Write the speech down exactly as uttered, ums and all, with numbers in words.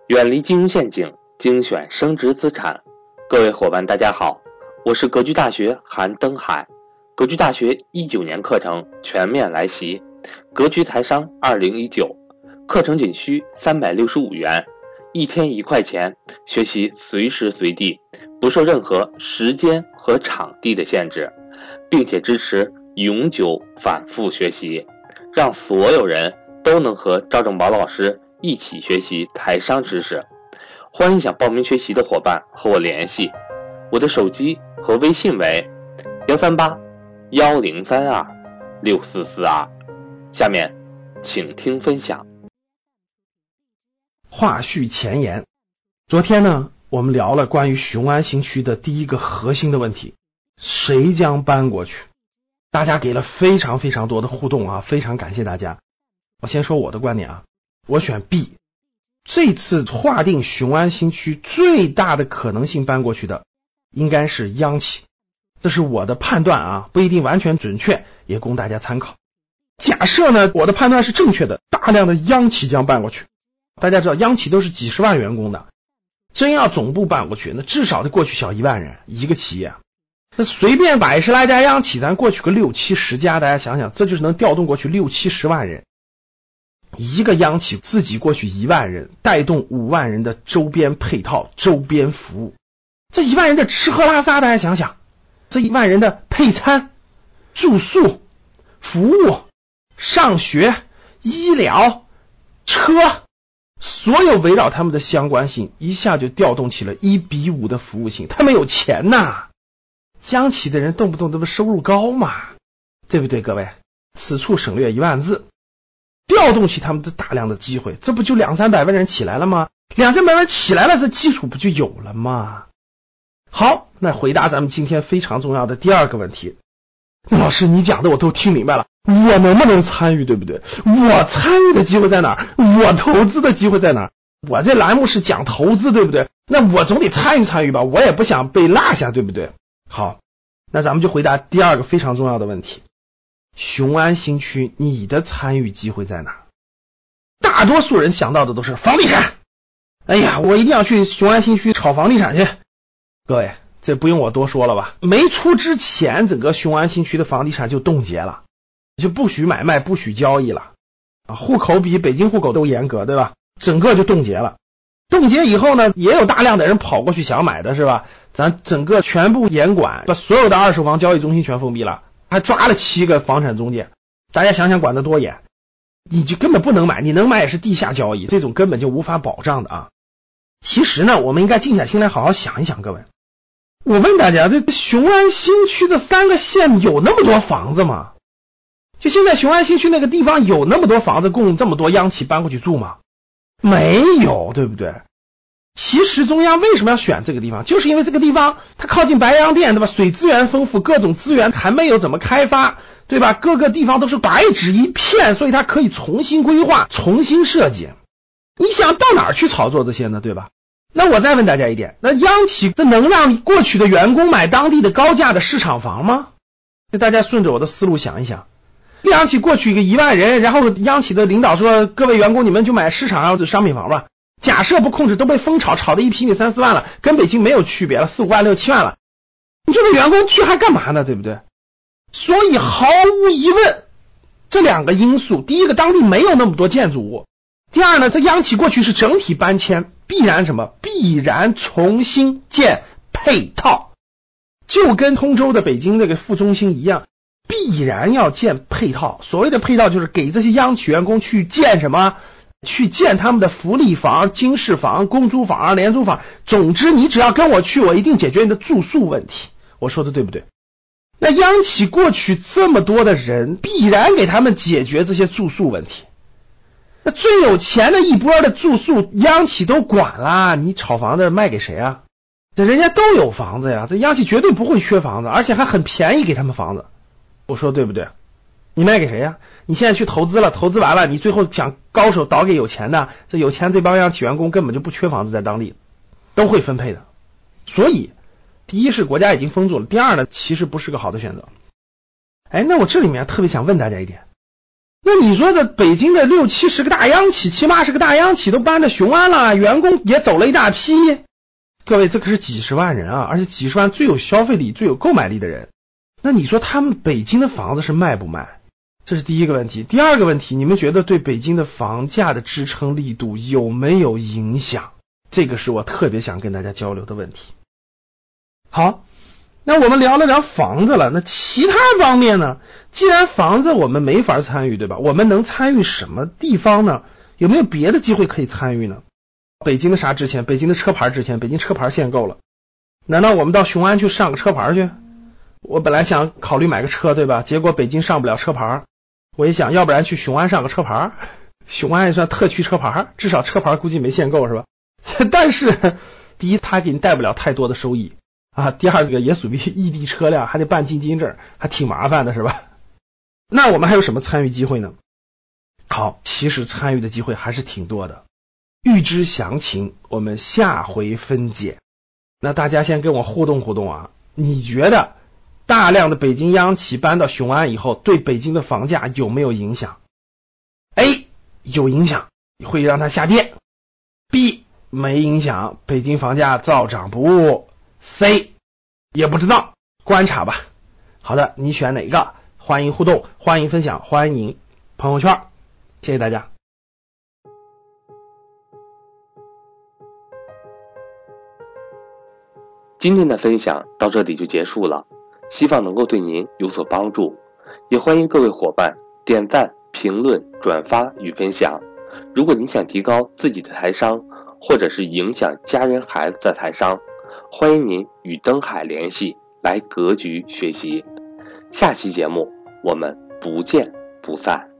远离金融陷阱，精选升值资产。各位伙伴大家好，我是格局大学韩登海。格局大学一九年课程全面来袭，格局财商二零一九课程仅需三百六十五元，一天一块钱，学习随时随地，不受任何时间和场地的限制，并且支持永久反复学习，让所有人都能和赵正宝老师一起学习财商知识。欢迎想报名学习的伙伴和我联系，我的手机和微信为幺三八幺零三二六四四二。下面请听分享。 话续前言，昨天呢，我们聊了关于雄安新区的第一个核心的问题，谁将搬过去？大家给了非常非常多的互动啊，非常感谢大家。我先说我的观点啊，我选 B。这次划定雄安新区最大的可能性搬过去的应该是央企，这是我的判断啊，不一定完全准确，也供大家参考。假设呢，我的判断是正确的，大量的央企将搬过去。大家知道央企都是几十万员工的，真要总部搬过去，那至少得过去小一万人一个企业，那随便百十来家央企，咱过去个六七十家，大家想想，这就是能调动过去六七十万人。一个央企自己过去一万人，带动五万人的周边配套、周边服务。这一万人的吃喝拉撒，大家想想，这一万人的配餐、住宿、服务、上学、医疗、车，所有围绕他们的相关性，一下就调动起了一比五的服务性。他们有钱呐，央企的人动不动都是收入高嘛，对不对各位？此处省略一万字。调动起他们的大量的机会，这不就两三百万人起来了吗？两三百万人起来了，这基础不就有了吗？好，那回答咱们今天非常重要的第二个问题。老师，你讲的我都听明白了，我能不能参与，对不对？我参与的机会在哪儿？我投资的机会在哪儿？我这栏目是讲投资，对不对？那我总得参与参与吧，我也不想被落下，对不对？好，那咱们就回答第二个非常重要的问题。雄安新区你的参与机会在哪？大多数人想到的都是房地产，哎呀，我一定要去雄安新区炒房地产去。各位，这不用我多说了吧？没出之前，整个雄安新区的房地产就冻结了，就不许买卖，不许交易了啊，户口比北京户口都严格，对吧？整个就冻结了。冻结以后呢，也有大量的人跑过去想买的，是吧？咱整个全部严管，把所有的二手房交易中心全封闭了，还抓了七个房产中介。大家想想管得多严，你就根本不能买，你能买也是地下交易，这种根本就无法保障的啊。其实呢，我们应该静下心来好好想一想。各位，我问大家，这雄安新区这三个县有那么多房子吗？就现在雄安新区那个地方有那么多房子供这么多央企搬过去住吗？没有，对不对？其实中央为什么要选这个地方，就是因为这个地方它靠近白洋淀，对吧？水资源丰富，各种资源还没有怎么开发，对吧？各个地方都是白纸一片，所以它可以重新规划，重新设计。你想到哪儿去炒作这些呢，对吧？那我再问大家一点，那央企这能让过去的员工买当地的高价的市场房吗？那大家顺着我的思路想一想，央企过去一个一万人，然后央企的领导说，各位员工你们就买市场上的商品房吧，假设不控制都被风炒，炒的一平米三四万了，跟北京没有区别了，四五万六七万了，你说这员工去还干嘛呢，对不对？所以毫无疑问，这两个因素，第一个当地没有那么多建筑物，第二呢，这央企过去是整体搬迁，必然什么？必然重新建配套，就跟通州的北京这个副中心一样，必然要建配套。所谓的配套就是给这些央企员工去建什么？去建他们的福利房、经适房、公租房、廉租房，总之你只要跟我去，我一定解决你的住宿问题。我说的对不对？那央企过去这么多的人，必然给他们解决这些住宿问题。那最有钱的一波的住宿，央企都管了，你炒房子卖给谁啊？这人家都有房子呀，这央企绝对不会缺房子，而且还很便宜给他们房子。我说对不对？你卖给谁呀？你现在去投资了，投资完了，你最后想高手倒给有钱的，这有钱这帮央企员工根本就不缺房子，在当地都会分配的。所以第一是国家已经封住了，第二呢，其实不是个好的选择。哎，那我这里面特别想问大家一点， 那你说的北京的六七十个大央企，七八十个大央企都搬到雄安了，员工也走了一大批。各位，这可是几十万人啊，而且几十万最有消费力、最有购买力的人。那你说他们北京的房子是卖不卖？这是第一个问题。第二个问题，你们觉得对北京的房价的支撑力度有没有影响？这个是我特别想跟大家交流的问题。好，那我们聊了聊房子了，那其他方面呢？既然房子我们没法参与，对吧？我们能参与什么地方呢？有没有别的机会可以参与呢？北京的啥值钱？北京的车牌值钱，北京车牌限购了。难道我们到雄安去上个车牌去？我本来想考虑买个车，对吧？结果北京上不了车牌，我一想，要不然去雄安上个车牌，雄安也算特区车牌，至少车牌估计没限购是吧？但是第一，它给你带不了太多的收益啊；第二，这个也属于异地车辆，还得办进京证，还挺麻烦的是吧？那我们还有什么参与机会呢？好，其实参与的机会还是挺多的。预知详情，我们下回分解。那大家先跟我互动互动啊，你觉得大量的北京央企搬到雄安以后，对北京的房价有没有影响？ A 有影响，会让它下跌。 B 没影响，北京房价照涨不误。 C 也不知道，观察吧。好的，你选哪个？欢迎互动，欢迎分享，欢迎朋友圈，谢谢大家。 今天的分享到这里就结束了，希望能够对您有所帮助，也欢迎各位伙伴点赞、评论、转发与分享。如果您想提高自己的财商，或者是影响家人孩子的财商，欢迎您与登海联系，来格局学习。下期节目我们不见不散。